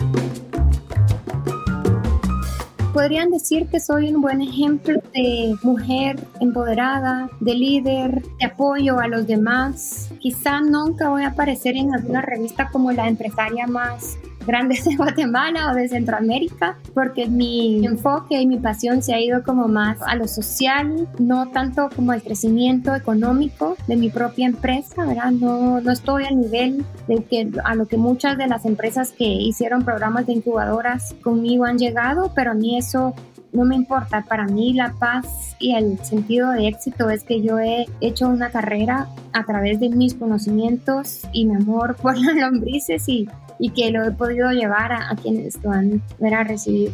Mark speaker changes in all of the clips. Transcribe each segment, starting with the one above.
Speaker 1: Podrían decir que soy un buen ejemplo de mujer empoderada, de líder, de apoyo a los demás. Quizá nunca voy a aparecer en alguna revista como la empresaria más grande de Guatemala o de Centroamérica, porque mi enfoque y mi pasión se ha ido como más a lo social, no tanto como al crecimiento económico de mi propia empresa, ¿verdad? No estoy al nivel a lo que muchas de las empresas que hicieron programas de incubadoras conmigo han llegado, pero a mí eso no me importa. Para mí la paz y el sentido de éxito es que yo he hecho una carrera a través de mis conocimientos y mi amor por las lombrices y que lo he podido llevar a quienes lo han recibido.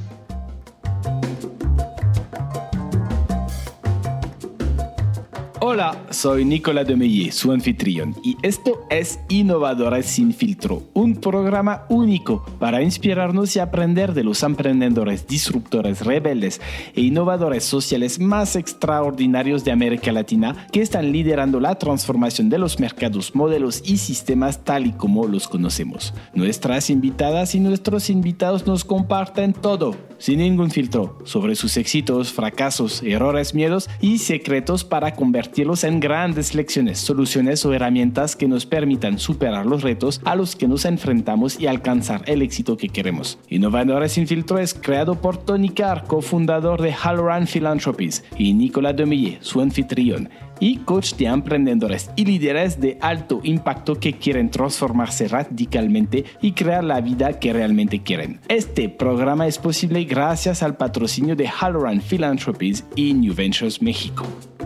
Speaker 2: Hola, soy Nicolas Demeye, su anfitrión, y esto es Innovadores sin Filtro, un programa único para inspirarnos y aprender de los emprendedores, disruptores, rebeldes e innovadores sociales más extraordinarios de América Latina que están liderando la transformación de los mercados, modelos y sistemas tal y como los conocemos. Nuestras invitadas y nuestros invitados nos comparten todo, sin ningún filtro, sobre sus éxitos, fracasos, errores, miedos y secretos para convertirlos en grandes lecciones, soluciones o herramientas que nos permitan superar los retos a los que nos enfrentamos y alcanzar el éxito que queremos. Innovadores sin Filtro es creado por Tony Carr, cofundador de Halloran Philanthropies, y Nicolas Demeye, su anfitrión y coach de emprendedores y líderes de alto impacto que quieren transformarse radicalmente y crear la vida que realmente quieren. Este programa es posible gracias al patrocinio de Halloran Philanthropies y New Ventures México.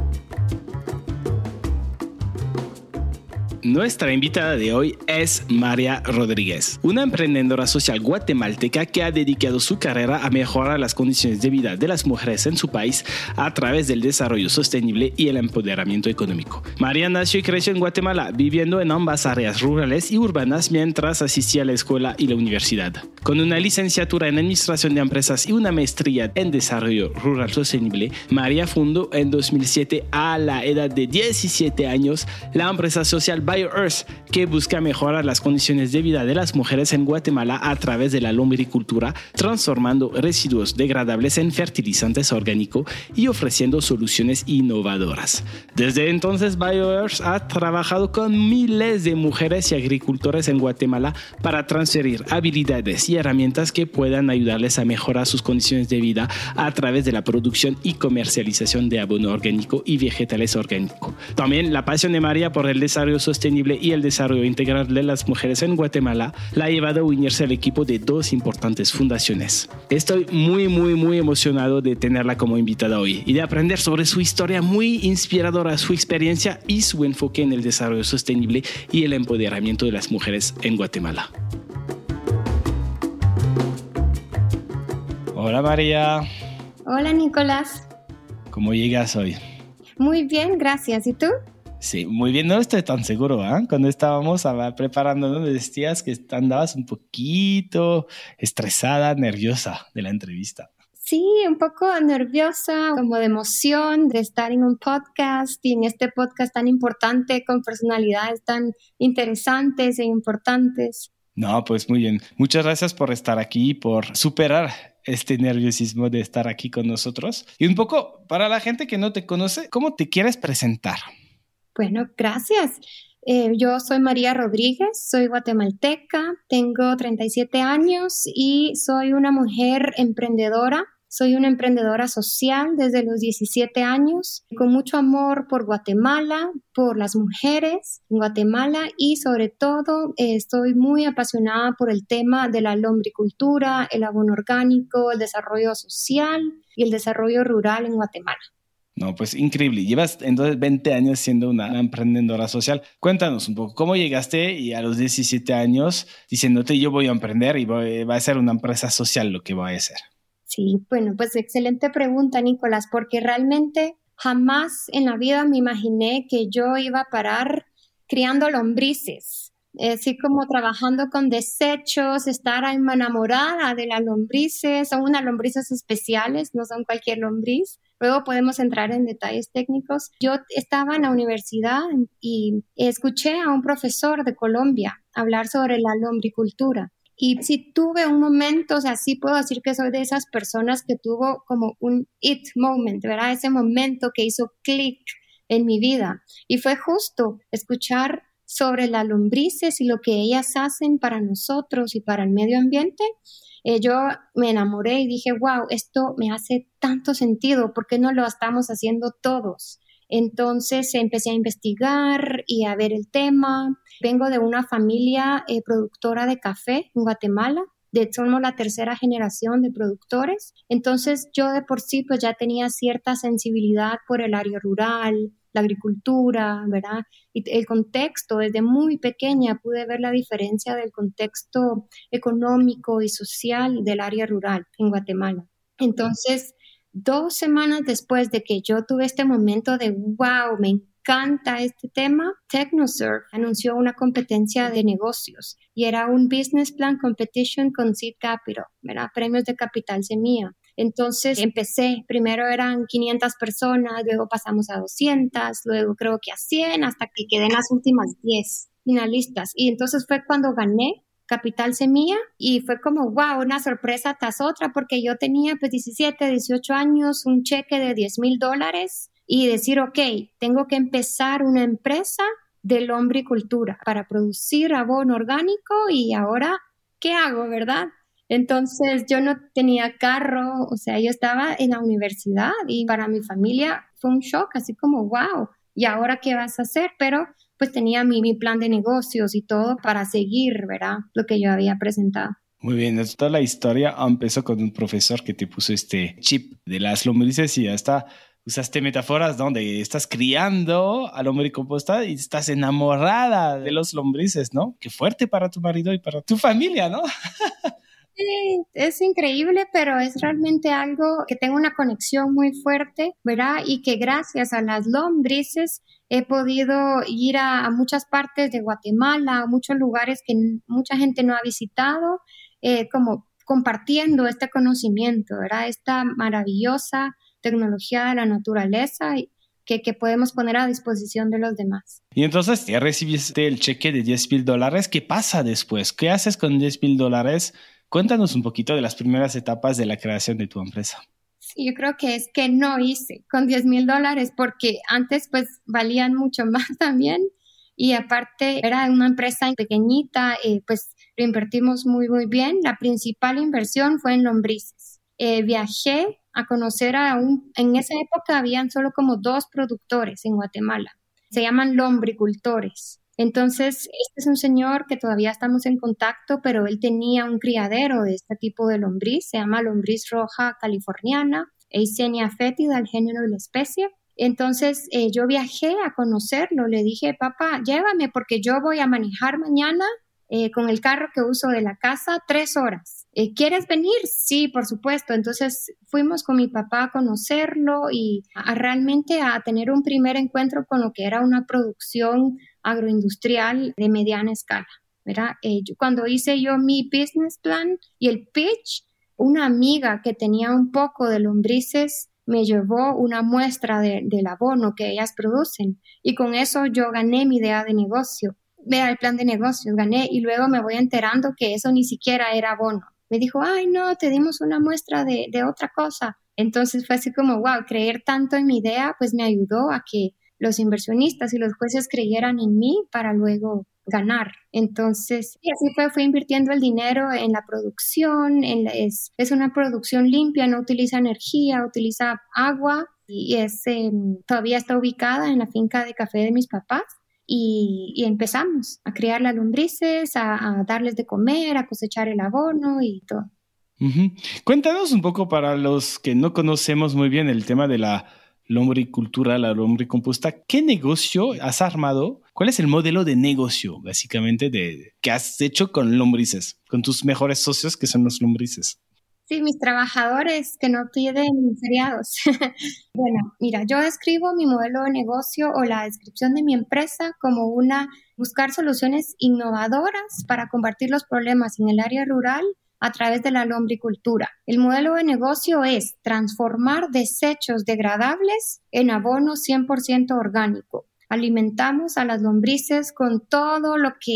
Speaker 2: Nuestra invitada de hoy es María Rodríguez, una emprendedora social guatemalteca que ha dedicado su carrera a mejorar las condiciones de vida de las mujeres en su país a través del desarrollo sostenible y el empoderamiento económico. María nació y creció en Guatemala, viviendo en ambas áreas rurales y urbanas mientras asistía a la escuela y la universidad. Con una licenciatura en Administración de Empresas y una maestría en Desarrollo Rural Sostenible, María fundó en 2007, a la edad de 17 años, la empresa social BioEarth, que busca mejorar las condiciones de vida de las mujeres en Guatemala a través de la lombricultura, transformando residuos degradables en fertilizantes orgánicos y ofreciendo soluciones innovadoras. Desde entonces, BioEarth ha trabajado con miles de mujeres y agricultores en Guatemala para transferir habilidades y herramientas que puedan ayudarles a mejorar sus condiciones de vida a través de la producción y comercialización de abono orgánico y vegetales orgánicos. También la pasión de María por el desarrollo sostenible y el desarrollo integral de las mujeres en Guatemala la ha llevado a unirse al equipo de dos importantes fundaciones. Estoy muy emocionado de tenerla como invitada hoy y de aprender sobre su historia muy inspiradora, su experiencia y su enfoque en el desarrollo sostenible y el empoderamiento de las mujeres en Guatemala. Hola María.
Speaker 1: Hola Nicolás.
Speaker 2: ¿Cómo llegas hoy?
Speaker 1: Muy bien, gracias. ¿Y tú?
Speaker 2: Sí, muy bien, no estoy tan seguro, ¿eh? Cuando estábamos preparándonos, me decías que andabas un poquito estresada, nerviosa de la entrevista.
Speaker 1: Sí, un poco nerviosa, como de emoción de estar en un podcast y en este podcast tan importante con personalidades tan interesantes e importantes.
Speaker 2: No, pues muy bien. Muchas gracias por estar aquí y por superar este nerviosismo de estar aquí con nosotros. Y un poco, para la gente que no te conoce, ¿cómo te quieres presentar?
Speaker 1: Bueno, gracias. Yo soy María Rodríguez, soy guatemalteca, tengo 37 años y soy una mujer emprendedora. Soy una emprendedora social desde los 17 años, con mucho amor por Guatemala, por las mujeres en Guatemala y sobre todo estoy muy apasionada por el tema de la lombricultura, el abono orgánico, el desarrollo social y el desarrollo rural en Guatemala.
Speaker 2: No, pues increíble. Llevas entonces 20 años siendo una emprendedora social. Cuéntanos un poco, ¿cómo llegaste y a los 17 años diciéndote yo voy a emprender y va a ser una empresa social lo que voy a hacer?
Speaker 1: Sí, bueno, pues excelente pregunta, Nicolás, porque realmente jamás en la vida me imaginé que yo iba a parar criando lombrices. Así como trabajando con desechos, estar enamorada de las lombrices, son unas lombrices especiales, no son cualquier lombriz. Luego podemos entrar en detalles técnicos. Yo estaba en la universidad y escuché a un profesor de Colombia hablar sobre la lombricultura. Y sí tuve un momento, o sea, sí puedo decir que soy de esas personas que tuvo como un it moment, ¿verdad? Ese momento que hizo clic en mi vida. Y fue justo escuchar sobre las lombrices y lo que ellas hacen para nosotros y para el medio ambiente. Yo me enamoré y dije, wow, esto me hace tanto sentido, ¿por qué no lo estamos haciendo todos? Entonces empecé a investigar y a ver el tema. Vengo de una familia productora de café en Guatemala. Somos la tercera generación de productores. Entonces yo de por sí pues ya tenía cierta sensibilidad por el área rural, la agricultura, ¿verdad? Y el contexto, desde muy pequeña pude ver la diferencia del contexto económico y social del área rural en Guatemala. Entonces, 2 semanas después de que yo tuve este momento de wow, me encanta este tema, TechnoSurf anunció una competencia de negocios y era un Business Plan Competition con Seed Capital, ¿verdad? Premios de capital semilla. Entonces empecé, primero eran 500 personas, luego pasamos a 200, luego creo que a 100, hasta que quedé en las últimas 10 finalistas. Y entonces fue cuando gané Capital Semilla y fue como, wow, una sorpresa tras otra, porque yo tenía pues 17, 18 años, un cheque de $10,000 y decir, ok, tengo que empezar una empresa de lombricultura para producir abono orgánico y ahora, ¿qué hago, verdad? Entonces yo no tenía carro, o sea, yo estaba en la universidad y para mi familia fue un shock, así como, wow, ¿y ahora qué vas a hacer? Pero pues tenía mi plan de negocios y todo para seguir, ¿verdad? Lo que yo había presentado.
Speaker 2: Muy bien, toda la historia empezó con un profesor que te puso este chip de las lombrices y hasta usaste metáforas donde estás criando al lombricomposta y estás enamorada de los lombrices, ¿no? Qué fuerte para tu marido y para tu familia, ¿no?
Speaker 1: Sí, es increíble, pero es realmente algo que tengo una conexión muy fuerte, ¿verdad? Y que gracias a las lombrices he podido ir a muchas partes de Guatemala, a muchos lugares que mucha gente no ha visitado, como compartiendo este conocimiento, ¿verdad? Esta maravillosa tecnología de la naturaleza que podemos poner a disposición de los demás.
Speaker 2: Y entonces ya recibiste el cheque de $10,000. ¿Qué pasa después? ¿Qué haces con $10,000? Cuéntanos un poquito de las primeras etapas de la creación de tu empresa.
Speaker 1: Sí, yo creo que es que no hice con $10,000 porque antes pues valían mucho más también y aparte era una empresa pequeñita, pues lo invertimos muy muy bien. La principal inversión fue en lombrices. Viajé a conocer en esa época habían solo como 2 productores en Guatemala. Se llaman lombricultores. Entonces, este es un señor que todavía estamos en contacto, pero él tenía un criadero de este tipo de lombriz, se llama lombriz roja californiana, Eisenia fétida, el género y la especie. Entonces, yo viajé a conocerlo, le dije, papá, llévame porque yo voy a manejar mañana con el carro que uso de la casa 3 horas. ¿Quieres venir? Sí, por supuesto. Entonces fuimos con mi papá a conocerlo y realmente a tener un primer encuentro con lo que era una producción agroindustrial de mediana escala, ¿verdad? Cuando hice yo mi business plan y el pitch, una amiga que tenía un poco de lombrices me llevó una muestra del abono que ellas producen y con eso yo gané mi idea de negocio. Vea el plan de negocios, gané y luego me voy enterando que eso ni siquiera era abono. Me dijo, ay no, te dimos una muestra de otra cosa. Entonces fue así como, wow, creer tanto en mi idea pues me ayudó a que los inversionistas y los jueces creyeran en mí para luego ganar. Entonces, y así fue invirtiendo el dinero en la producción, es una producción limpia, no utiliza energía, utiliza agua y todavía está ubicada en la finca de café de mis papás. Y empezamos a criar las lombrices, a darles de comer, a cosechar el abono y todo.
Speaker 2: Uh-huh. Cuéntanos un poco para los que no conocemos muy bien el tema de la lombricultura, la lombricomposta. ¿Qué negocio has armado? ¿Cuál es el modelo de negocio, básicamente, que has hecho con lombrices, con tus mejores socios que son los lombrices?
Speaker 1: Sí, mis trabajadores que no piden feriados. Bueno, mira, yo describo mi modelo de negocio o la descripción de mi empresa como buscar soluciones innovadoras para combatir los problemas en el área rural a través de la lombricultura. El modelo de negocio es transformar desechos degradables en abono 100% orgánico. Alimentamos a las lombrices con todo lo que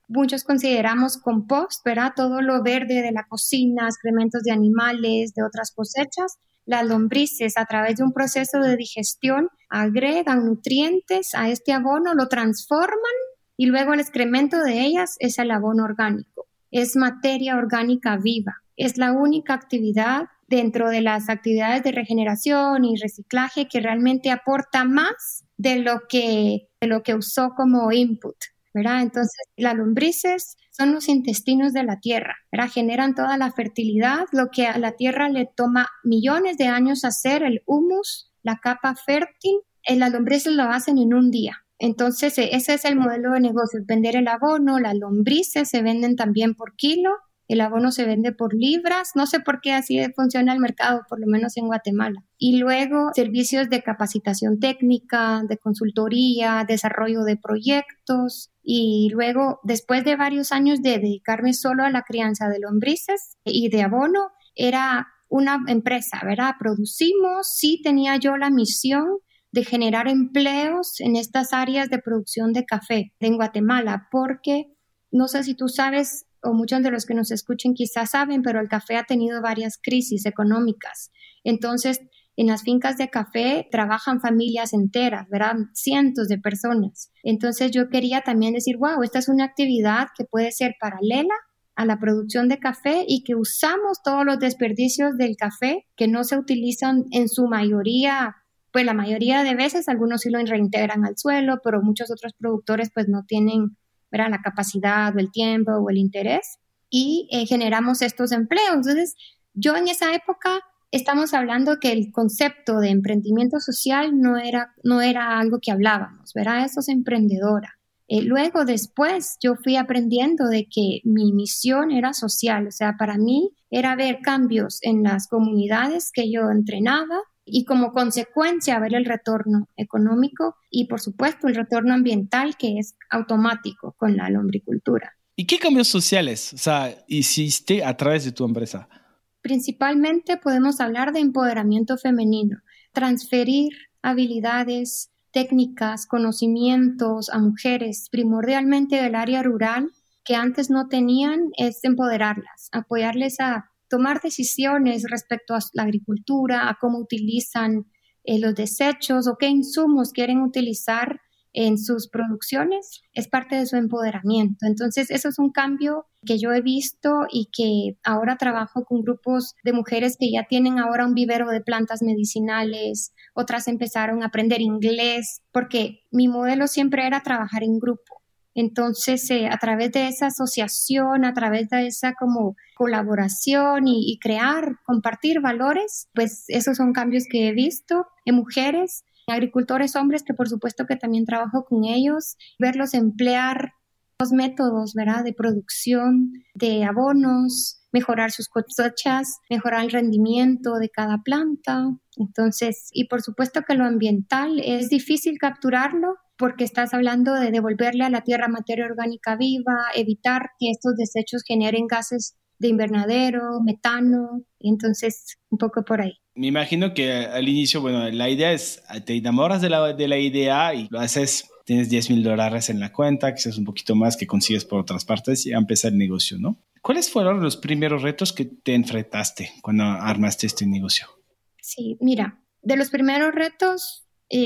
Speaker 1: muchos consideramos compost, ¿verdad? Todo lo verde de la cocina, excrementos de animales, de otras cosechas. Las lombrices, a través de un proceso de digestión, agregan nutrientes a este abono, lo transforman y luego el excremento de ellas es el abono orgánico. Es materia orgánica viva. Es la única actividad dentro de las actividades de regeneración y reciclaje que realmente aporta más de lo que usó como input, ¿verdad? Entonces, las lombrices son los intestinos de la tierra, ¿verdad? Generan toda la fertilidad, lo que a la tierra le toma millones de años hacer, el humus, la capa fértil, las lombrices lo hacen en un día. Entonces, ese es el modelo de negocio, vender el abono, las lombrices se venden también por kilo, el abono se vende por libras, no sé por qué así funciona el mercado, por lo menos en Guatemala. Y luego servicios de capacitación técnica, de consultoría, desarrollo de proyectos. Y luego, después de varios años de dedicarme solo a la crianza de lombrices y de abono, era una empresa, ¿verdad? Producimos, sí tenía yo la misión de generar empleos en estas áreas de producción de café en Guatemala, porque no sé si tú sabes, o muchos de los que nos escuchen quizás saben, pero el café ha tenido varias crisis económicas. Entonces, en las fincas de café trabajan familias enteras, ¿verdad? Cientos de personas. Entonces, yo quería también decir, wow, esta es una actividad que puede ser paralela a la producción de café y que usamos todos los desperdicios del café que no se utilizan en su mayoría, pues la mayoría de veces, algunos sí lo reintegran al suelo, pero muchos otros productores pues no tienen, ¿verdad?, la capacidad o el tiempo o el interés y generamos estos empleos. Entonces, yo en esa época estamos hablando que el concepto de emprendimiento social no era algo que hablábamos, ¿verdad? Eso es emprendedora. Luego, después, yo fui aprendiendo de que mi misión era social, o sea, para mí era ver cambios en las comunidades que yo entrenaba y como consecuencia ver el retorno económico y, por supuesto, el retorno ambiental que es automático con la lombricultura.
Speaker 2: ¿Y qué cambios sociales, hiciste a través de tu empresa?
Speaker 1: Principalmente podemos hablar de empoderamiento femenino, transferir habilidades, técnicas, conocimientos a mujeres, primordialmente del área rural, que antes no tenían, es empoderarlas, apoyarles a tomar decisiones respecto a la agricultura, a cómo utilizan los desechos o qué insumos quieren utilizar en sus producciones, es parte de su empoderamiento. Entonces, eso es un cambio que yo he visto y que ahora trabajo con grupos de mujeres que ya tienen ahora un vivero de plantas medicinales, otras empezaron a aprender inglés, porque mi modelo siempre era trabajar en grupo. Entonces, a través de esa asociación, a través de esa como colaboración y crear, compartir valores, pues esos son cambios que he visto en mujeres, agricultores hombres, que por supuesto que también trabajo con ellos, verlos emplear los métodos, ¿verdad?, de producción de abonos, mejorar sus cosechas, mejorar el rendimiento de cada planta. Entonces, y por supuesto que lo ambiental es difícil capturarlo porque estás hablando de devolverle a la tierra materia orgánica viva, evitar que estos desechos generen gases de invernadero, metano, entonces un poco por ahí.
Speaker 2: Me imagino que al inicio, bueno, la idea es, te enamoras de la idea y lo haces, tienes $10,000 en la cuenta, quizás un poquito más que consigues por otras partes y a empezar el negocio, ¿no? ¿Cuáles fueron los primeros retos que te enfrentaste cuando armaste este negocio?
Speaker 1: Sí, mira, de los primeros retos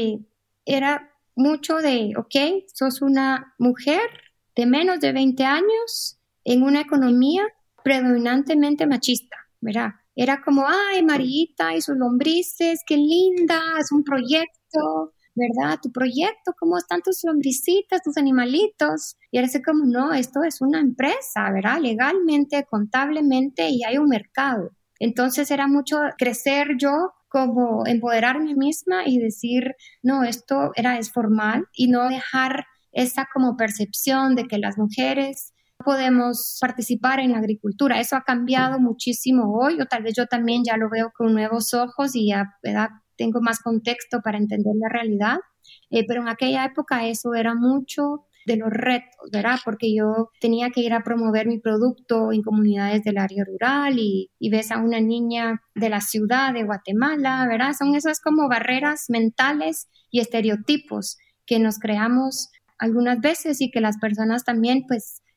Speaker 1: era mucho de, ok, sos una mujer de menos de 20 años en una economía predominantemente machista, ¿verdad? Era como, ay, Marita y sus lombrices, qué linda, es un proyecto, ¿verdad? Tu proyecto, ¿cómo están tus lombricitas, tus animalitos? Y ahora sé como, no, esto es una empresa, ¿verdad? Legalmente, contablemente, y hay un mercado. Entonces era mucho crecer yo, como empoderarme misma y decir, no, esto es formal y no dejar esa como percepción de que las mujeres podemos participar en la agricultura. Eso ha cambiado muchísimo hoy, o tal vez yo también ya lo veo con nuevos ojos y ya, ¿verdad?, tengo más contexto para entender la realidad, pero en aquella época eso era mucho de los retos, ¿verdad? Porque yo tenía que ir a promover mi producto en comunidades del área rural y ves a una niña de la ciudad de Guatemala, ¿verdad? Son esas como barreras mentales y estereotipos que nos creamos algunas veces y que las personas también pues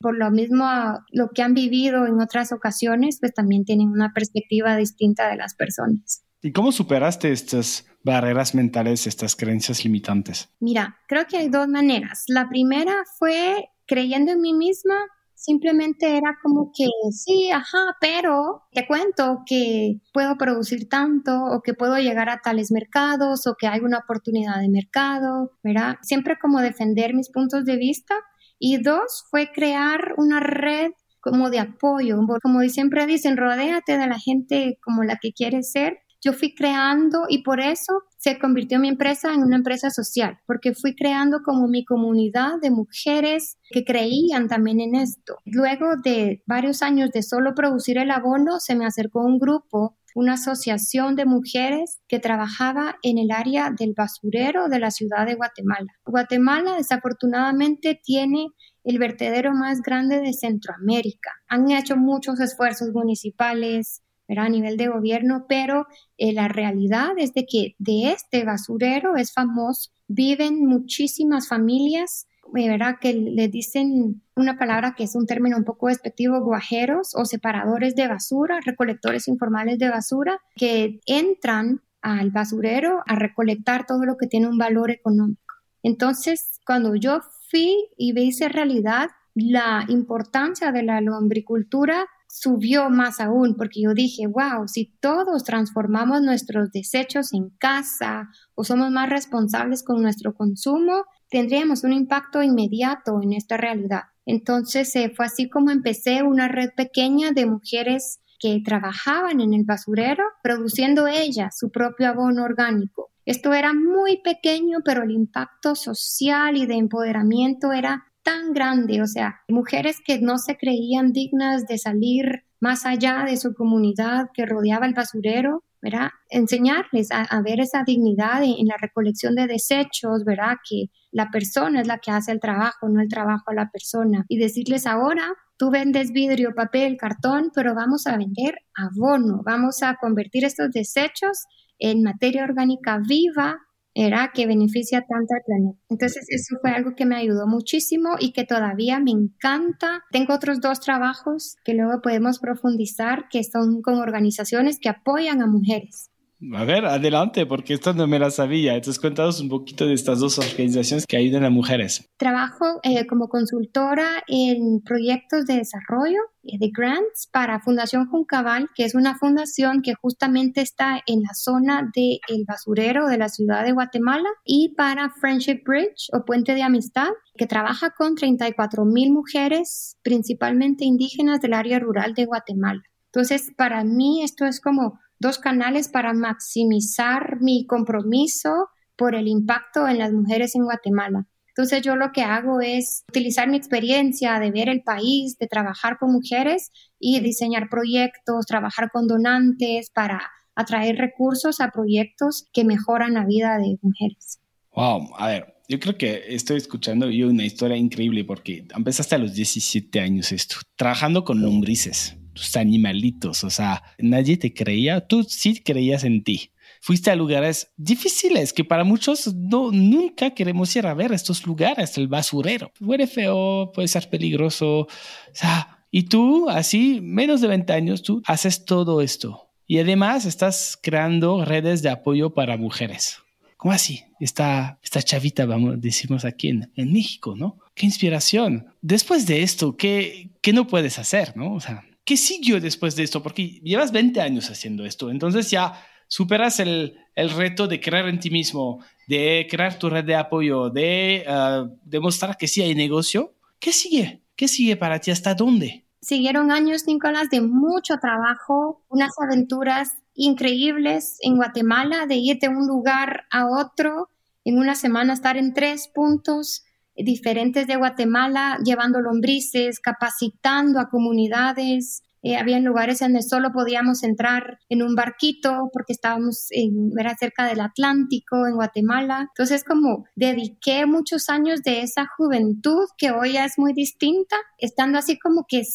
Speaker 1: por lo mismo lo que han vivido en otras ocasiones, pues también tienen una perspectiva distinta de las personas.
Speaker 2: ¿Y cómo superaste estas barreras mentales, estas creencias limitantes?
Speaker 1: Mira, creo que hay dos maneras. La primera fue creyendo en mí misma. Simplemente era como que sí, pero te cuento que puedo producir tanto o que puedo llegar a tales mercados o que hay una oportunidad de mercado, ¿verdad? Siempre como defender mis puntos de vista. Y dos, fue crear una red como de apoyo. Como siempre dicen, rodéate de la gente como la que quieres ser. Yo fui creando y por eso se convirtió mi empresa en una empresa social, porque fui creando como mi comunidad de mujeres que creían también en esto. Luego de varios años de solo producir el abono, se me acercó un grupo, una asociación de mujeres que trabajaba en el área del basurero de la ciudad de Guatemala. Guatemala desafortunadamente tiene el vertedero más grande de Centroamérica. Han hecho muchos esfuerzos municipales, ¿verdad? A nivel de gobierno, pero la realidad es de que de este basurero es famoso, viven muchísimas familias, ¿verdad? Que le dicen una palabra que es un término un poco despectivo, guajeros o separadores de basura, recolectores informales de basura, que entran al basurero a recolectar todo lo que tiene un valor económico. Entonces, cuando yo fui y vi esa realidad, la importancia de la lombricultura subió más aún, porque yo dije, wow, si todos transformamos nuestros desechos en casa o somos más responsables con nuestro consumo, tendríamos un impacto inmediato en esta realidad. Entonces fue así como empecé una red pequeña de mujeres que trabajaban en el basurero, produciendo ellas su propio abono orgánico. Esto era muy pequeño, pero el impacto social y de empoderamiento era tan grande, o sea, mujeres que no se creían dignas de salir más allá de su comunidad que rodeaba el basurero, ¿verdad? Enseñarles a ver esa dignidad en la recolección de desechos, ¿verdad? Que la persona es la que hace el trabajo, no el trabajo a la persona. Y decirles ahora, tú vendes vidrio, papel, cartón, pero vamos a vender abono, vamos a convertir estos desechos en materia orgánica viva, era que beneficia tanto al planeta. Entonces eso fue algo que me ayudó muchísimo y que todavía me encanta. Tengo otros 2 trabajos que luego podemos profundizar, que son con organizaciones que apoyan a mujeres.
Speaker 2: A ver, adelante, porque esto no me la sabía. Entonces, cuéntanos un poquito de estas 2 organizaciones que ayudan a mujeres.
Speaker 1: Trabajo como consultora en proyectos de desarrollo, de grants, para Fundación Juncabal, que es una fundación que justamente está en la zona del basurero de la ciudad de Guatemala, y para Friendship Bridge o Puente de Amistad, que trabaja con 34,000 mujeres, principalmente indígenas del área rural de Guatemala. Entonces, para mí esto es como 2 canales para maximizar mi compromiso por el impacto en las mujeres en Guatemala. Entonces yo lo que hago es utilizar mi experiencia de ver el país, de trabajar con mujeres y diseñar proyectos, trabajar con donantes para atraer recursos a proyectos que mejoran la vida de mujeres.
Speaker 2: Wow, a ver, yo creo que estoy escuchando yo una historia increíble porque empezaste a los 17 años esto, trabajando con lombrices, tus animalitos, o sea, nadie te creía, tú sí creías en ti. Fuiste a lugares difíciles que para muchos nunca queremos ir a ver estos lugares, el basurero. Huele feo, puede ser peligroso, o sea, y tú, así, menos de 20 años, tú haces todo esto. Y además estás creando redes de apoyo para mujeres. ¿Cómo así? Esta chavita, decimos aquí en México, ¿no? ¡Qué inspiración! Después de esto, ¿qué no puedes hacer, no? O sea, ¿qué siguió después de esto? Porque llevas 20 años haciendo esto, entonces ya superas el reto de creer en ti mismo, de crear tu red de apoyo, de demostrar que sí hay negocio. ¿Qué sigue? ¿Qué sigue para ti? ¿Hasta dónde?
Speaker 1: Siguieron años, Nicolás, de mucho trabajo, unas aventuras increíbles en Guatemala, de ir de un lugar a otro, en una semana estar en 3 puntos diferentes de Guatemala, llevando lombrices, capacitando a comunidades. Había lugares donde solo podíamos entrar en un barquito porque estábamos era cerca del Atlántico, en Guatemala. Entonces, como dediqué muchos años de esa juventud que hoy ya es muy distinta, estando así como que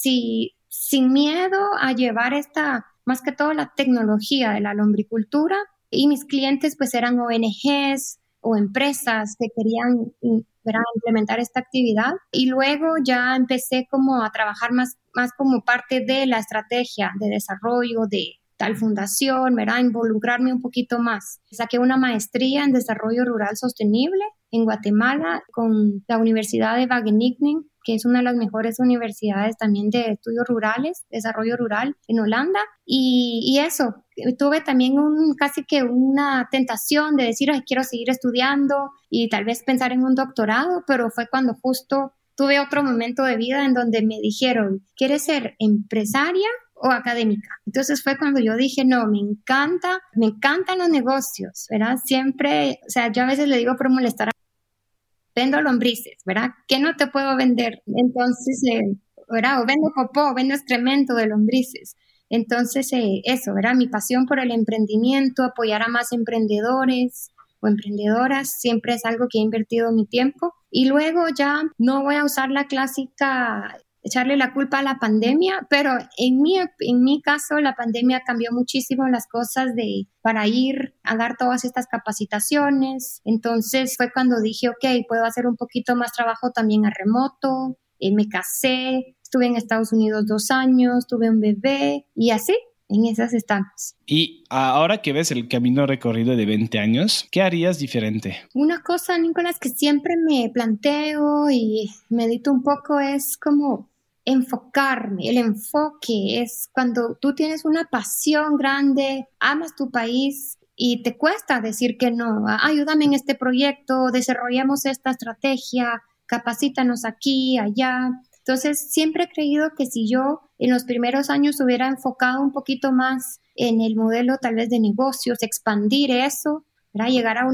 Speaker 1: sin miedo a llevar más que todo la tecnología de la lombricultura. Y mis clientes pues eran ONGs o empresas que querían ¿verdad? A implementar esta actividad. Y luego ya empecé como a trabajar más como parte de la estrategia de desarrollo de tal fundación, ¿verdad? Involucrarme un poquito más. Saqué una maestría en desarrollo rural sostenible en Guatemala con la Universidad de Wageningen, que es una de las mejores universidades también de estudios rurales, desarrollo rural en Holanda. Y eso, tuve también casi que una tentación de decir, ay, quiero seguir estudiando y tal vez pensar en un doctorado, pero fue cuando justo tuve otro momento de vida en donde me dijeron, ¿quieres ser empresaria o académica? Entonces fue cuando yo dije, no, me encantan los negocios, ¿verdad? Siempre, o sea, yo a veces le digo por molestar, vendo lombrices, ¿verdad? ¿Qué no te puedo vender? Entonces, ¿verdad? O vendo popó, vendo excremento de lombrices. Entonces, eso, ¿verdad? Mi pasión por el emprendimiento, apoyar a más emprendedores o emprendedoras, siempre es algo que he invertido mi tiempo. Y luego ya no voy a usar la clásica echarle la culpa a la pandemia, pero en mi caso la pandemia cambió muchísimo las cosas para ir a dar todas estas capacitaciones. Entonces fue cuando dije, ok, puedo hacer un poquito más trabajo también a remoto. Me casé, estuve en Estados Unidos 2 años, tuve un bebé y así. En esas estamos.
Speaker 2: Y ahora que ves el camino recorrido de 20 años, ¿qué harías diferente?
Speaker 1: Una cosa, Nicolás, que siempre me planteo y medito un poco es como enfocarme. El enfoque es cuando tú tienes una pasión grande, amas tu país y te cuesta decir que no. Ayúdame en este proyecto, desarrollemos esta estrategia, capacítanos aquí, allá. Entonces, siempre he creído que si yo en los primeros años hubiera enfocado un poquito más en el modelo tal vez de negocios, expandir eso, ¿verdad? Llegar a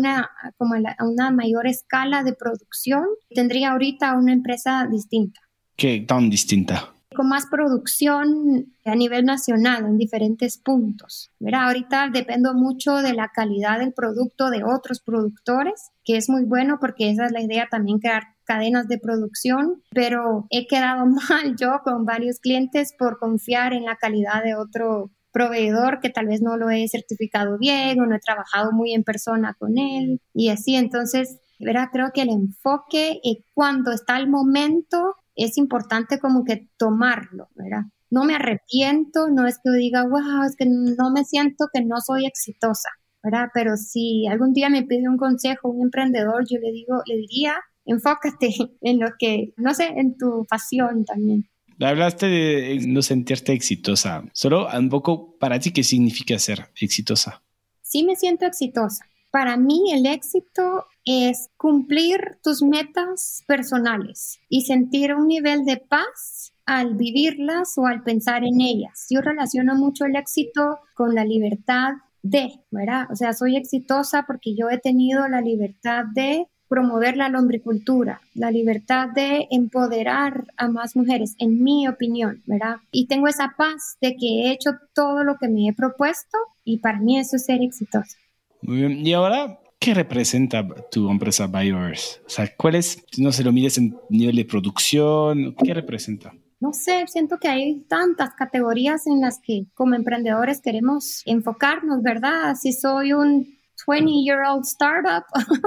Speaker 1: una mayor escala de producción, tendría ahorita una empresa distinta.
Speaker 2: ¿Qué tan distinta?
Speaker 1: Con más producción a nivel nacional en diferentes puntos, ¿verdad? Ahorita dependo mucho de la calidad del producto de otros productores, que es muy bueno porque esa es la idea también, crear cadenas de producción, pero he quedado mal yo con varios clientes por confiar en la calidad de otro proveedor que tal vez no lo he certificado bien o no he trabajado muy en persona con él y así. Entonces, ¿verdad? Creo que el enfoque cuando está el momento es importante como que tomarlo, ¿verdad? No me arrepiento, no es que diga, wow, es que no me siento que no soy exitosa, ¿verdad? Pero si algún día me pide un consejo un emprendedor, yo le diría, enfócate en lo que, no sé, en tu pasión también.
Speaker 2: Hablaste de no sentirte exitosa. Solo un poco para ti, ¿qué significa ser exitosa?
Speaker 1: Sí me siento exitosa. Para mí el éxito es cumplir tus metas personales y sentir un nivel de paz al vivirlas o al pensar en ellas. Yo relaciono mucho el éxito con la libertad ¿verdad? O sea, soy exitosa porque yo he tenido la libertad de promover la lombricultura, la libertad de empoderar a más mujeres, en mi opinión, ¿verdad? Y tengo esa paz de que he hecho todo lo que me he propuesto y para mí eso es ser exitosa.
Speaker 2: Muy bien. Y ahora, ¿qué representa tu empresa BioEarth? O sea, ¿cuál es, no se lo mides en nivel de producción? ¿Qué representa?
Speaker 1: No sé, siento que hay tantas categorías en las que como emprendedores queremos enfocarnos, ¿verdad? Si soy un 20-year-old startup,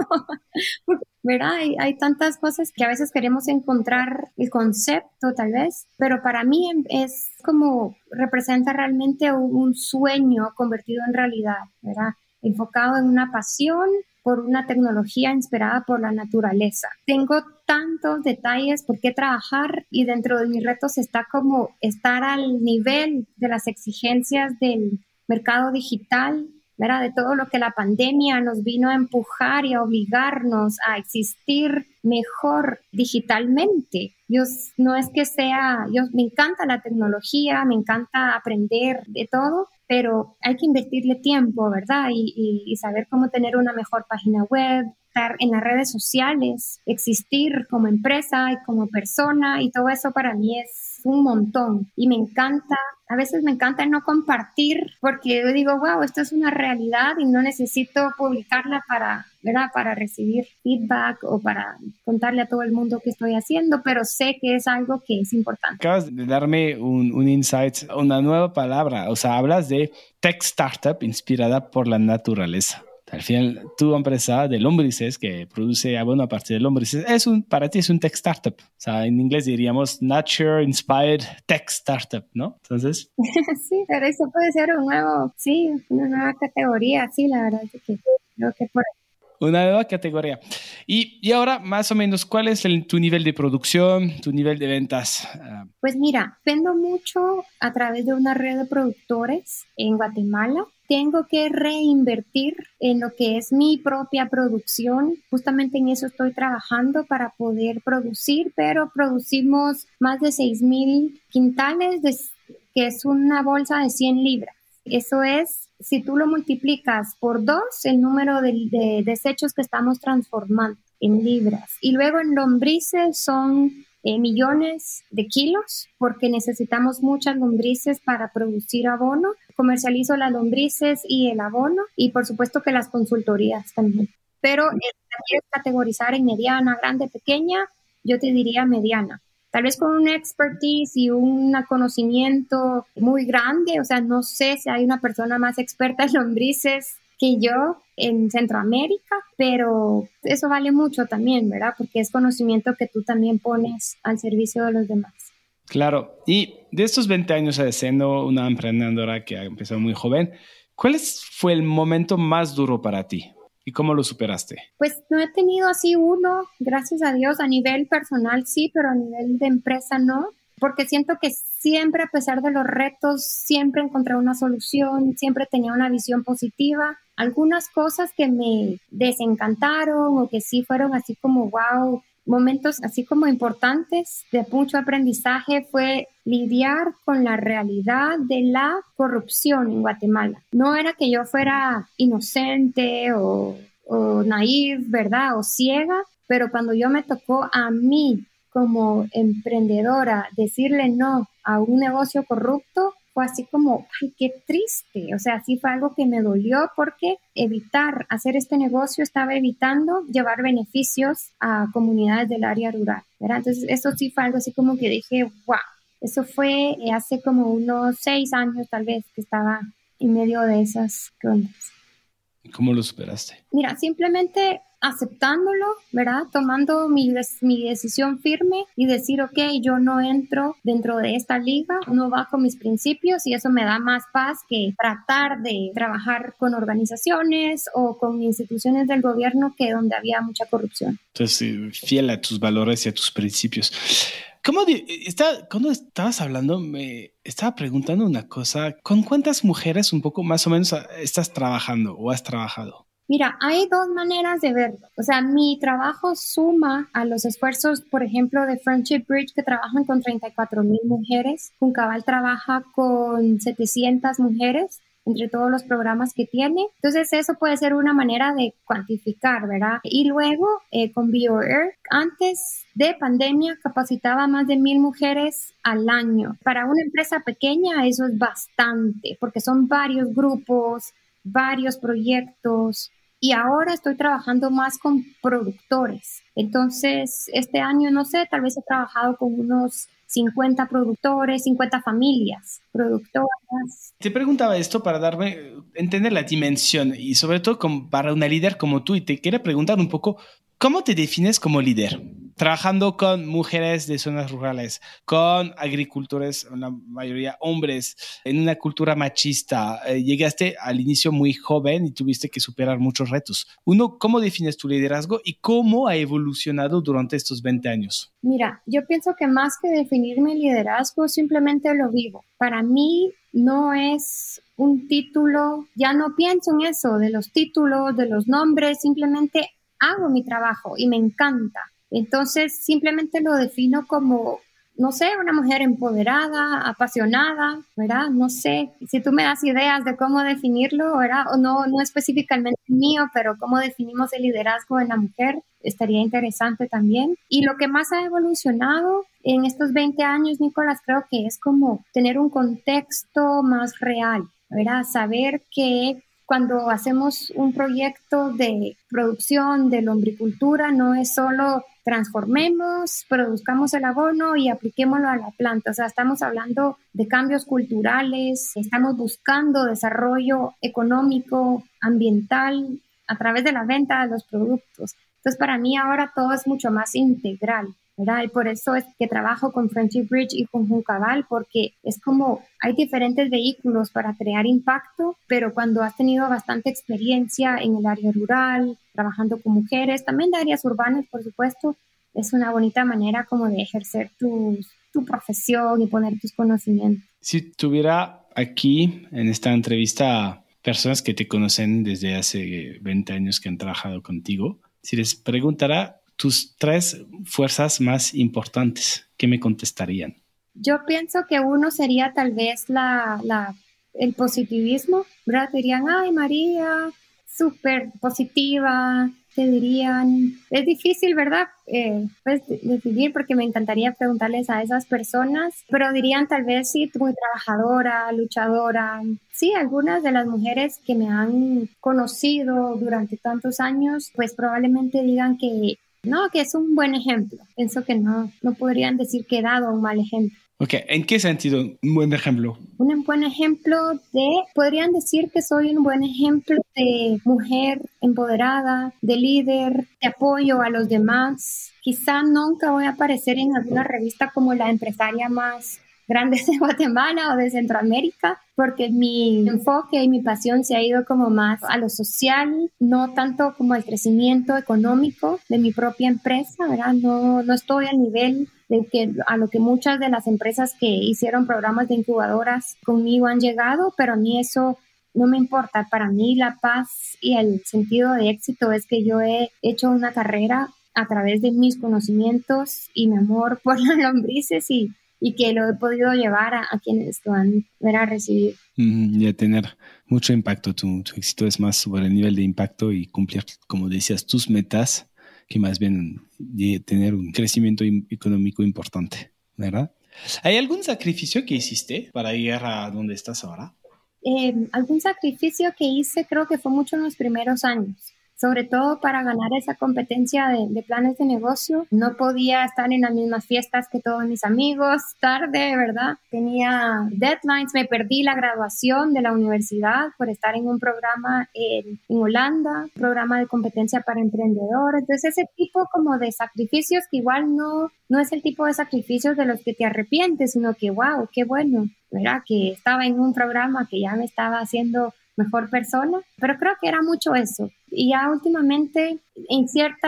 Speaker 1: ¿verdad? Hay tantas cosas que a veces queremos encontrar el concepto tal vez, pero para mí es como representa realmente un sueño convertido en realidad, ¿verdad? Enfocado en una pasión por una tecnología inspirada por la naturaleza. Tengo tantos detalles por qué trabajar y dentro de mis retos está como estar al nivel de las exigencias del mercado digital, ¿verdad? De todo lo que la pandemia nos vino a empujar y a obligarnos a existir mejor digitalmente. No es que me encanta la tecnología, me encanta aprender de todo, pero hay que invertirle tiempo, ¿verdad? Y saber cómo tener una mejor página web, estar en las redes sociales, existir como empresa y como persona, y todo eso para mí es un montón. Y me encanta, a veces me encanta no compartir, porque yo digo, wow, esto es una realidad y no necesito publicarla ¿verdad? Para recibir feedback o para contarle a todo el mundo qué estoy haciendo, pero sé que es algo que es importante.
Speaker 2: Acabas de darme un insight, una nueva palabra. O sea, hablas de tech startup inspirada por la naturaleza. Al final, tu empresa de lombrices que produce abono a partir de lombrices para ti es un tech startup. O sea, en inglés diríamos Nature Inspired Tech Startup, ¿no? Entonces...
Speaker 1: Sí, pero eso puede ser una nueva categoría, sí, la verdad es que creo que por
Speaker 2: una nueva categoría. Y ahora, más o menos, ¿cuál es tu nivel de producción, tu nivel de ventas?
Speaker 1: Pues mira, vendo mucho a través de una red de productores en Guatemala. Tengo que reinvertir en lo que es mi propia producción. Justamente en eso estoy trabajando para poder producir, pero producimos más de 6,000 quintales, que es una bolsa de 100 libras. Eso es, si tú lo multiplicas por 2, el número de desechos que estamos transformando en libras. Y luego en lombrices son millones de kilos, porque necesitamos muchas lombrices para producir abono. Comercializo las lombrices y el abono, y por supuesto que las consultorías también. Pero si quieres categorizar en mediana, grande, pequeña, yo te diría mediana. Tal vez con un expertise y un conocimiento muy grande, o sea, no sé si hay una persona más experta en lombrices que yo en Centroamérica, pero eso vale mucho también, ¿verdad? Porque es conocimiento que tú también pones al servicio de los demás.
Speaker 2: Claro, y de estos 20 años siendo una emprendedora que ha empezado muy joven, ¿cuál fue el momento más duro para ti? ¿Y cómo lo superaste?
Speaker 1: Pues no he tenido así uno, gracias a Dios, a nivel personal sí, pero a nivel de empresa no, porque siento que siempre, a pesar de los retos, siempre encontré una solución, siempre tenía una visión positiva. Algunas cosas que me desencantaron o que sí fueron así como wow, momentos así como importantes de mucho aprendizaje fue lidiar con la realidad de la corrupción en Guatemala. No era que yo fuera inocente o naive, ¿verdad? O ciega, pero cuando yo me tocó a mí como emprendedora decirle no a un negocio corrupto, fue así como, ay, qué triste. O sea, sí fue algo que me dolió porque evitar hacer este negocio estaba evitando llevar beneficios a comunidades del área rural, ¿verdad? Entonces, eso sí fue algo así como que dije, wow. Eso fue hace como unos 6 años tal vez que estaba en medio de esas rondas.
Speaker 2: ¿Cómo lo superaste?
Speaker 1: Mira, simplemente aceptándolo, ¿verdad? Tomando mi decisión firme y decir, ok, yo no entro dentro de esta liga, no bajo mis principios y eso me da más paz que tratar de trabajar con organizaciones o con instituciones del gobierno que donde había mucha corrupción.
Speaker 2: Entonces, fiel a tus valores y a tus principios. Cuando estabas hablando, me estaba preguntando una cosa. ¿Con cuántas mujeres un poco más o menos estás trabajando o has trabajado?
Speaker 1: Mira, hay dos maneras de verlo. O sea, mi trabajo suma a los esfuerzos, por ejemplo, de Friendship Bridge, que trabajan con 34,000 mujeres. Juncabal trabaja con 700 mujeres entre todos los programas que tiene. Entonces, eso puede ser una manera de cuantificar, ¿verdad? Y luego, con BioAir, antes de pandemia, capacitaba a más de 1,000 mujeres al año. Para una empresa pequeña, eso es bastante, porque son varios grupos, varios proyectos. Y ahora estoy trabajando más con productores. Entonces, este año, no sé, tal vez he trabajado con unos 50 productores, 50 familias productoras.
Speaker 2: Te preguntaba esto para entender la dimensión y sobre todo para una líder como tú. Y te quería preguntar un poco, ¿cómo te defines como líder? Trabajando con mujeres de zonas rurales, con agricultores, la mayoría hombres, en una cultura machista. Llegaste al inicio muy joven y tuviste que superar muchos retos. Uno, ¿cómo defines tu liderazgo y cómo ha evolucionado durante estos 20 años?
Speaker 1: Mira, yo pienso que más que definir mi liderazgo, simplemente lo vivo. Para mí no es un título, ya no pienso en eso, de los títulos, de los nombres, simplemente hago mi trabajo y me encanta. Entonces, simplemente lo defino como, no sé, una mujer empoderada, apasionada, ¿verdad? No sé, si tú me das ideas de cómo definirlo, ¿verdad? O no específicamente mío, pero cómo definimos el liderazgo en la mujer, estaría interesante también. Y lo que más ha evolucionado en estos 20 años, Nicolás, creo que es como tener un contexto más real, ¿verdad? Saber que cuando hacemos un proyecto de producción de lombricultura, no es solo transformemos, produzcamos el abono y apliquémoslo a la planta. O sea, estamos hablando de cambios culturales, estamos buscando desarrollo económico, ambiental, a través de la venta de los productos. Entonces, para mí ahora todo es mucho más integral, ¿verdad? Y por eso es que trabajo con Friendship Bridge y con Juncaval, porque es como hay diferentes vehículos para crear impacto, pero cuando has tenido bastante experiencia en el área rural, trabajando con mujeres, también de áreas urbanas, por supuesto, es una bonita manera como de ejercer tu profesión y poner tus conocimientos.
Speaker 2: Si tuviera aquí en esta entrevista personas que te conocen desde hace 20 años que han trabajado contigo, si les preguntara tus 3 fuerzas más importantes, ¿qué me contestarían?
Speaker 1: Yo pienso que uno sería tal vez el positivismo, ¿verdad? Te dirían, ay, María, súper positiva, te dirían, es difícil, ¿verdad? Pues decidir porque me encantaría preguntarles a esas personas, pero dirían tal vez sí, muy trabajadora, luchadora. Sí, algunas de las mujeres que me han conocido durante tantos años, pues probablemente digan que no, que es un buen ejemplo. Pienso que no podrían decir que he dado un mal ejemplo.
Speaker 2: Ok, ¿en qué sentido un buen ejemplo?
Speaker 1: Un buen ejemplo podrían decir que soy un buen ejemplo de mujer empoderada, de líder, de apoyo a los demás. Quizá nunca voy a aparecer en alguna revista como la empresaria más grande de Guatemala o de Centroamérica, porque mi enfoque y mi pasión se ha ido como más a lo social, no tanto como al crecimiento económico de mi propia empresa, ¿verdad? No estoy al nivel a lo que muchas de las empresas que hicieron programas de incubadoras conmigo han llegado, pero a mí eso no me importa. Para mí la paz y el sentido de éxito es que yo he hecho una carrera a través de mis conocimientos y mi amor por las lombrices y que lo he podido llevar a quienes lo han a recibir.
Speaker 2: Y a tener mucho impacto. Tu éxito es más sobre el nivel de impacto y cumplir, como decías, tus metas, que más bien de tener un crecimiento económico importante, ¿verdad? ¿Hay algún sacrificio que hiciste para llegar a donde estás ahora?
Speaker 1: Algún sacrificio que hice creo que fue mucho en los primeros años. Sobre todo para ganar esa competencia de planes de negocio. No podía estar en las mismas fiestas que todos mis amigos, tarde, ¿verdad? Tenía deadlines, me perdí la graduación de la universidad por estar en un programa en Holanda, un programa de competencia para emprendedores. Entonces ese tipo como de sacrificios que igual no es el tipo de sacrificios de los que te arrepientes, sino que wow, qué bueno, ¿verdad? Que estaba en un programa que ya me estaba haciendo mejor persona, pero creo que era mucho eso. Y ya últimamente, en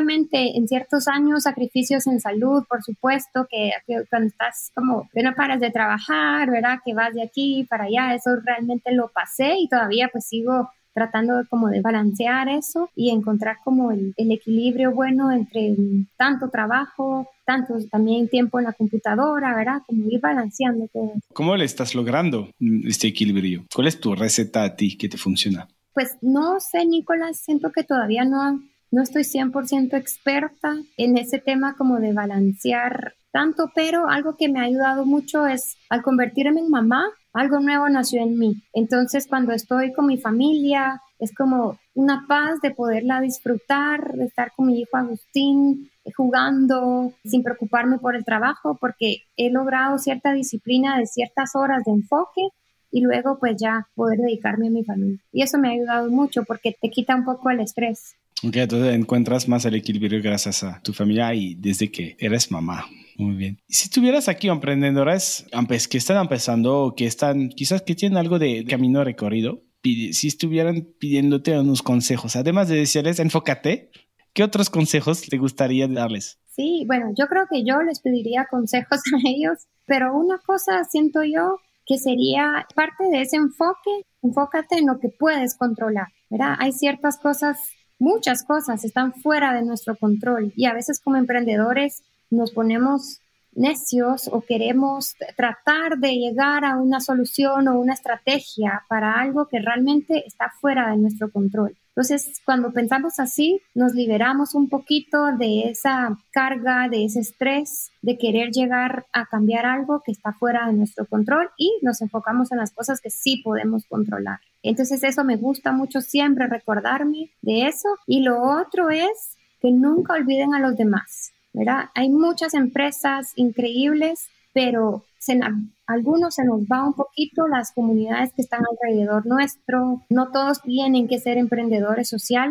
Speaker 1: ciertos años, sacrificios en salud, por supuesto, que cuando estás como, que no paras de trabajar, ¿verdad? Que vas de aquí para allá, eso realmente lo pasé y todavía pues sigo tratando de balancear eso y encontrar como el equilibrio bueno entre tanto trabajo, tanto también tiempo en la computadora, ¿verdad? Como ir balanceando todo.
Speaker 2: ¿Cómo le estás logrando este equilibrio? ¿Cuál es tu receta a ti que te funciona?
Speaker 1: Pues no sé, Nicolás, siento que todavía no estoy 100% experta en ese tema como de balancear tanto, pero algo que me ha ayudado mucho es al convertirme en mamá, algo nuevo nació en mí. Entonces, cuando estoy con mi familia, es como una paz de poderla disfrutar, de estar con mi hijo Agustín, jugando, sin preocuparme por el trabajo, porque he logrado cierta disciplina de ciertas horas de enfoque y luego pues ya poder dedicarme a mi familia. Y eso me ha ayudado mucho porque te quita un poco el estrés.
Speaker 2: Ok, entonces encuentras más el equilibrio gracias a tu familia y desde que eres mamá. Muy bien. Si tuvieras aquí emprendedoras que están empezando o que están, quizás que tienen algo de camino recorrido, si estuvieran pidiéndote unos consejos, además de decirles, enfócate, ¿qué otros consejos te gustaría darles?
Speaker 1: Sí, bueno, yo creo que yo les pediría consejos a ellos, pero una cosa siento yo que sería parte de ese enfoque, enfócate en lo que puedes controlar, ¿verdad? Hay ciertas cosas, muchas cosas están fuera de nuestro control y a veces como emprendedores nos ponemos necios o queremos tratar de llegar a una solución o una estrategia para algo que realmente está fuera de nuestro control. Entonces, cuando pensamos así, nos liberamos un poquito de esa carga, de ese estrés, de querer llegar a cambiar algo que está fuera de nuestro control y nos enfocamos en las cosas que sí podemos controlar. Entonces, eso me gusta mucho siempre recordarme de eso. Y lo otro es que nunca olviden a los demás, ¿verdad? Hay muchas empresas increíbles, pero algunos se nos va un poquito las comunidades que están alrededor nuestro. No todos tienen que ser emprendedores sociales,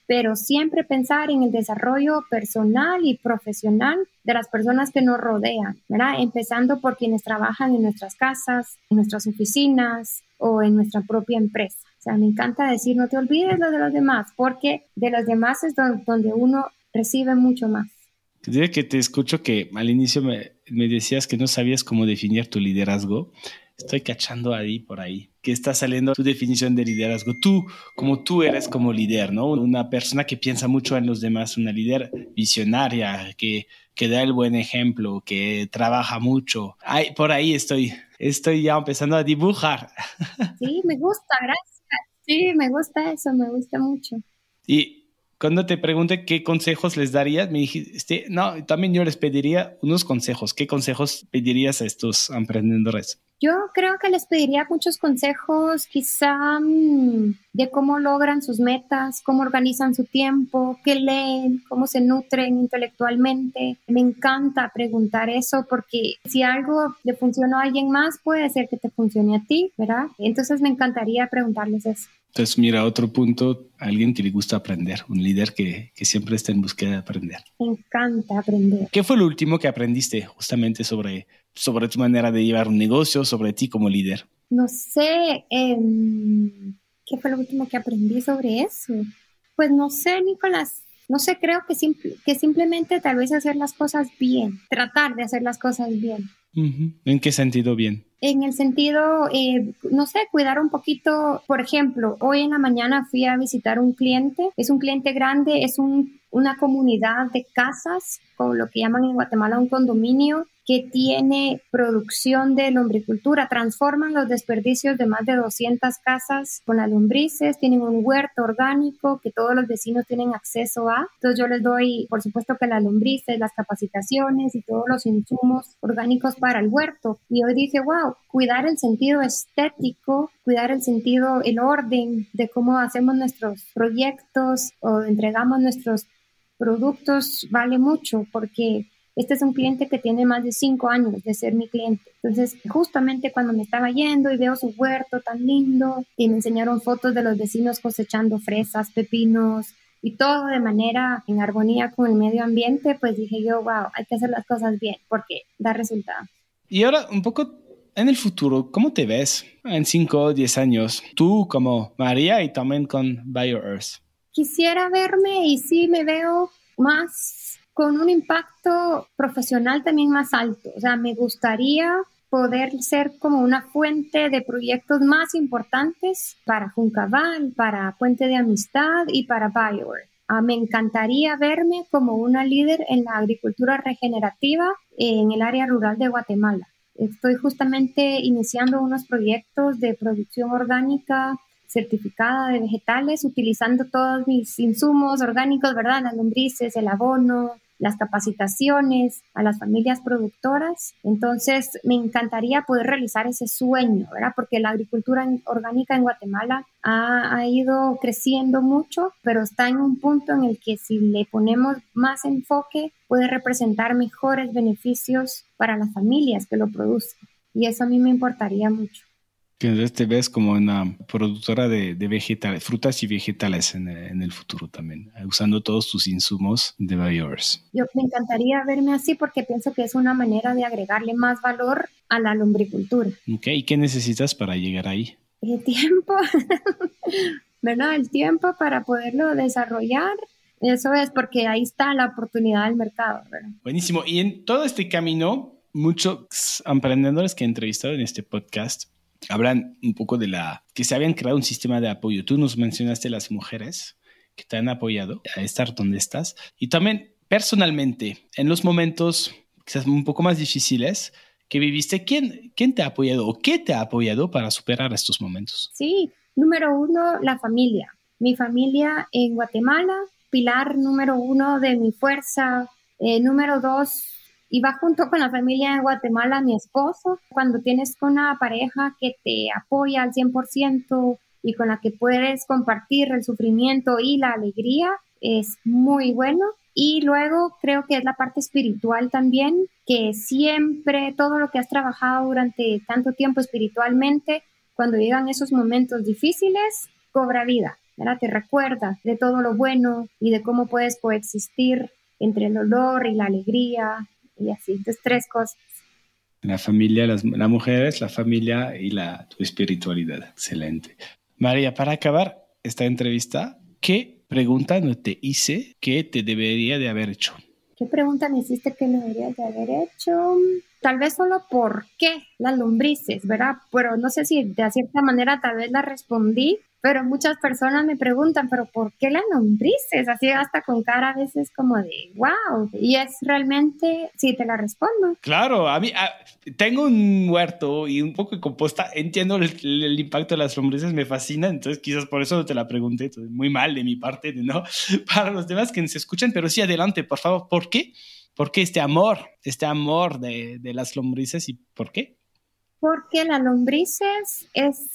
Speaker 1: pero siempre pensar en el desarrollo personal y profesional de las personas que nos rodean, ¿verdad? Empezando por quienes trabajan en nuestras casas, en nuestras oficinas o en nuestra propia empresa. O sea, me encanta decir, no te olvides lo de los demás, porque de los demás es donde uno recibe mucho más.
Speaker 2: Diría que te escucho que al inicio me decías que no sabías cómo definir tu liderazgo. Estoy cachando ahí por ahí que está saliendo tu definición de liderazgo. Tú, como tú eres como líder, ¿no? Una persona que piensa mucho en los demás, una líder visionaria, que da el buen ejemplo, que trabaja mucho. Ay, por ahí estoy ya empezando a dibujar.
Speaker 1: Sí, me gusta, gracias. Sí, me gusta eso, me gusta mucho.
Speaker 2: Y cuando te pregunté qué consejos les darías, me dijiste, no, también yo les pediría unos consejos. ¿Qué consejos pedirías a estos emprendedores?
Speaker 1: Yo creo que les pediría muchos consejos, quizá de cómo logran sus metas, cómo organizan su tiempo, qué leen, cómo se nutren intelectualmente. Me encanta preguntar eso porque si algo le funcionó a alguien más, puede ser que te funcione a ti, ¿verdad? Entonces me encantaría preguntarles eso.
Speaker 2: Entonces, mira, otro punto, alguien que le gusta aprender, un líder que siempre está en búsqueda de aprender.
Speaker 1: Me encanta aprender.
Speaker 2: ¿Qué fue lo último que aprendiste justamente sobre tu manera de llevar un negocio, sobre ti como líder?
Speaker 1: No sé, ¿qué fue lo último que aprendí sobre eso? Pues no sé, Nicolás. No sé, creo que simplemente tal vez hacer las cosas bien, tratar de hacer las cosas bien.
Speaker 2: Uh-huh. ¿En qué sentido bien?
Speaker 1: En el sentido, no sé, cuidar un poquito. Por ejemplo, hoy en la mañana fui a visitar un cliente. Es un cliente grande, es una comunidad de casas, como lo que llaman en Guatemala un condominio, que tiene producción de lombricultura. Transforman los desperdicios de más de 200 casas con las lombrices. Tienen un huerto orgánico que todos los vecinos tienen acceso a. Entonces yo les doy, por supuesto, que las lombrices, las capacitaciones y todos los insumos orgánicos para el huerto. Y hoy dije, wow, cuidar el sentido estético, cuidar el sentido, el orden de cómo hacemos nuestros proyectos o entregamos nuestros productos vale mucho, porque este es un cliente que tiene más de 5 años de ser mi cliente. Entonces, justamente cuando me estaba yendo y veo su huerto tan lindo y me enseñaron fotos de los vecinos cosechando fresas, pepinos y todo de manera en armonía con el medio ambiente, pues dije yo, wow, hay que hacer las cosas bien porque da resultado.
Speaker 2: Y ahora un poco en el futuro, ¿cómo te ves en 5 o 10 años? Tú como María y también con BioEarth.
Speaker 1: Quisiera verme y sí me veo más con un impacto profesional también más alto. O sea, me gustaría poder ser como una fuente de proyectos más importantes para Juncaval, para Puente de Amistad y para BioEarth. Me encantaría verme como una líder en la agricultura regenerativa en el área rural de Guatemala. Estoy justamente iniciando unos proyectos de producción orgánica certificada de vegetales, utilizando todos mis insumos orgánicos, ¿verdad? Las lombrices, el abono, las capacitaciones a las familias productoras. Entonces, me encantaría poder realizar ese sueño, ¿verdad? Porque la agricultura orgánica en Guatemala ha ido creciendo mucho, pero está en un punto en el que si le ponemos más enfoque, puede representar mejores beneficios para las familias que lo producen. Y eso a mí me importaría mucho.
Speaker 2: Entonces te ves como una productora de vegetales, frutas y vegetales en el futuro también, usando todos tus insumos de BioEarth.
Speaker 1: Yo me encantaría verme así porque pienso que es una manera de agregarle más valor a la lombricultura.
Speaker 2: Ok, ¿y qué necesitas para llegar ahí?
Speaker 1: El tiempo, ¿verdad? El tiempo para poderlo desarrollar. Eso es porque ahí está la oportunidad del mercado, ¿verdad?
Speaker 2: Buenísimo. Y en todo este camino, muchos emprendedores que he entrevistado en este podcast hablan un poco de que se habían creado un sistema de apoyo. Tú nos mencionaste las mujeres que te han apoyado a estar donde estás. Y también personalmente, en los momentos quizás un poco más difíciles que viviste, ¿quién te ha apoyado o qué te ha apoyado para superar estos momentos?
Speaker 1: Sí, número 1, la familia. Mi familia en Guatemala, pilar número 1 de mi fuerza. Número 2, y va junto con la familia de Guatemala, mi esposo. Cuando tienes una pareja que te apoya al 100% y con la que puedes compartir el sufrimiento y la alegría, es muy bueno. Y luego creo que es la parte espiritual también, que siempre todo lo que has trabajado durante tanto tiempo espiritualmente, cuando llegan esos momentos difíciles, cobra vida. ¿verdad? Te recuerda de todo lo bueno y de cómo puedes coexistir entre el dolor y la alegría y así. Entonces, 3 cosas.
Speaker 2: La familia, las mujeres, la familia y tu espiritualidad. Excelente. María, para acabar esta entrevista, ¿qué pregunta no te hice que te debería de haber hecho?
Speaker 1: ¿Qué pregunta me hiciste que me deberías de haber hecho? Tal vez solo por qué las lombrices, ¿verdad? Pero no sé si de cierta manera tal vez la respondí, pero muchas personas me preguntan, ¿pero por qué las lombrices? Así hasta con cara a veces como de wow. Y es realmente, sí, te la respondo.
Speaker 2: Claro, a mí tengo un huerto y un poco de composta. Entiendo el impacto de las lombrices, me fascina. Entonces quizás por eso no te la pregunté. Entonces, muy mal de mi parte, ¿no? Para los demás que nos escuchan, pero sí, adelante, por favor. ¿Por qué? ¿Por qué este amor de las lombrices y por qué?
Speaker 1: Porque las lombrices es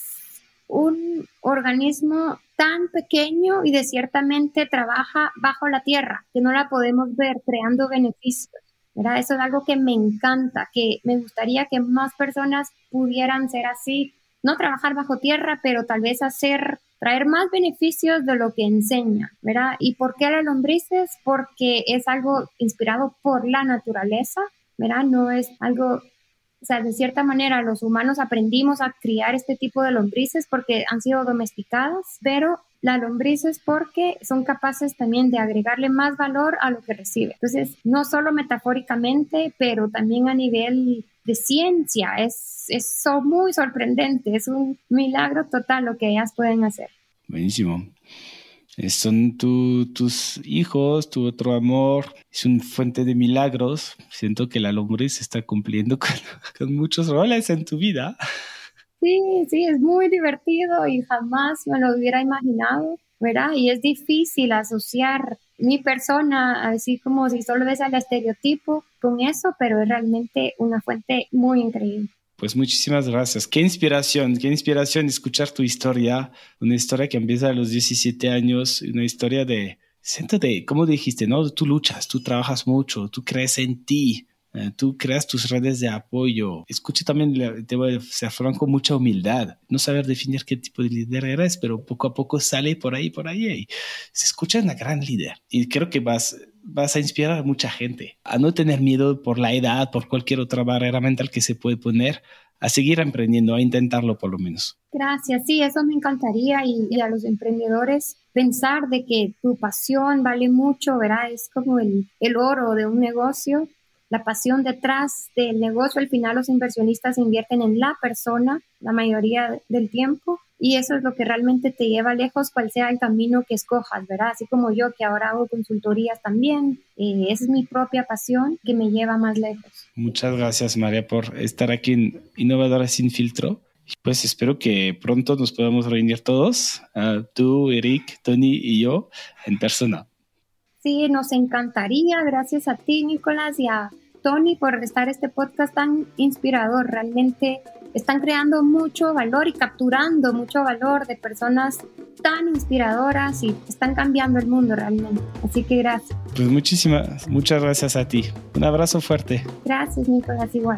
Speaker 1: un organismo tan pequeño y de ciertamente trabaja bajo la tierra, que no la podemos ver creando beneficios, ¿verdad? Eso es algo que me encanta, que me gustaría que más personas pudieran ser así, no trabajar bajo tierra, pero tal vez traer más beneficios de lo que enseña, ¿verdad? ¿Y por qué las lombrices? Porque es algo inspirado por la naturaleza, ¿verdad? No es algo... O sea, de cierta manera los humanos aprendimos a criar este tipo de lombrices porque han sido domesticadas, pero las lombrices porque son capaces también de agregarle más valor a lo que recibe. Entonces, no solo metafóricamente, pero también a nivel de ciencia. Es muy sorprendente, es un milagro total lo que ellas pueden hacer.
Speaker 2: Buenísimo. Son tus hijos, tu otro amor, es una fuente de milagros. Siento que la lombriz está cumpliendo con muchos roles en tu vida.
Speaker 1: Sí, es muy divertido y jamás me lo hubiera imaginado, ¿verdad? Y es difícil asociar mi persona, así como si solo ves al estereotipo con eso, pero es realmente una fuente muy increíble.
Speaker 2: Pues muchísimas gracias. Qué inspiración escuchar tu historia, una historia que empieza a los 17 años, una historia como dijiste, ¿no? Tú luchas, tú trabajas mucho, tú crees en ti, tú creas tus redes de apoyo. Escucha también, te voy a ser franco, mucha humildad. No saber definir qué tipo de líder eres, pero poco a poco sale por ahí y se escucha una gran líder. Y creo que vas a inspirar a mucha gente a no tener miedo por la edad, por cualquier otra barrera mental que se puede poner, a seguir emprendiendo, a intentarlo por lo menos.
Speaker 1: Gracias, sí, eso me encantaría y a los emprendedores pensar de que tu pasión vale mucho, ¿verdad? Es como el oro de un negocio. La pasión detrás del negocio, al final los inversionistas invierten en la persona la mayoría del tiempo y eso es lo que realmente te lleva lejos, cual sea el camino que escojas, ¿verdad? Así como yo que ahora hago consultorías también, esa es mi propia pasión que me lleva más lejos.
Speaker 2: Muchas gracias, María, por estar aquí en Innovadoras Sin Filtro. Pues espero que pronto nos podamos reunir todos, tú, Eric, Tony y yo, en persona.
Speaker 1: Sí, nos encantaría. Gracias a ti, Nicolás, y a Tony por estar este podcast tan inspirador. Realmente están creando mucho valor y capturando mucho valor de personas tan inspiradoras y están cambiando el mundo realmente. Así que gracias.
Speaker 2: Pues muchas gracias a ti. Un abrazo fuerte.
Speaker 1: Gracias, Nicolás, igual.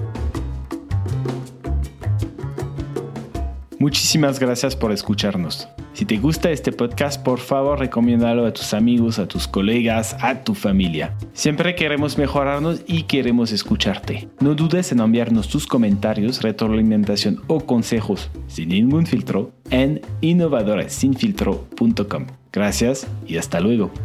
Speaker 2: Muchísimas gracias por escucharnos. Si te gusta este podcast, por favor, recomiéndalo a tus amigos, a tus colegas, a tu familia. Siempre queremos mejorarnos y queremos escucharte. No dudes en enviarnos tus comentarios, retroalimentación o consejos sin ningún filtro en innovadoresinfiltro.com. Gracias y hasta luego.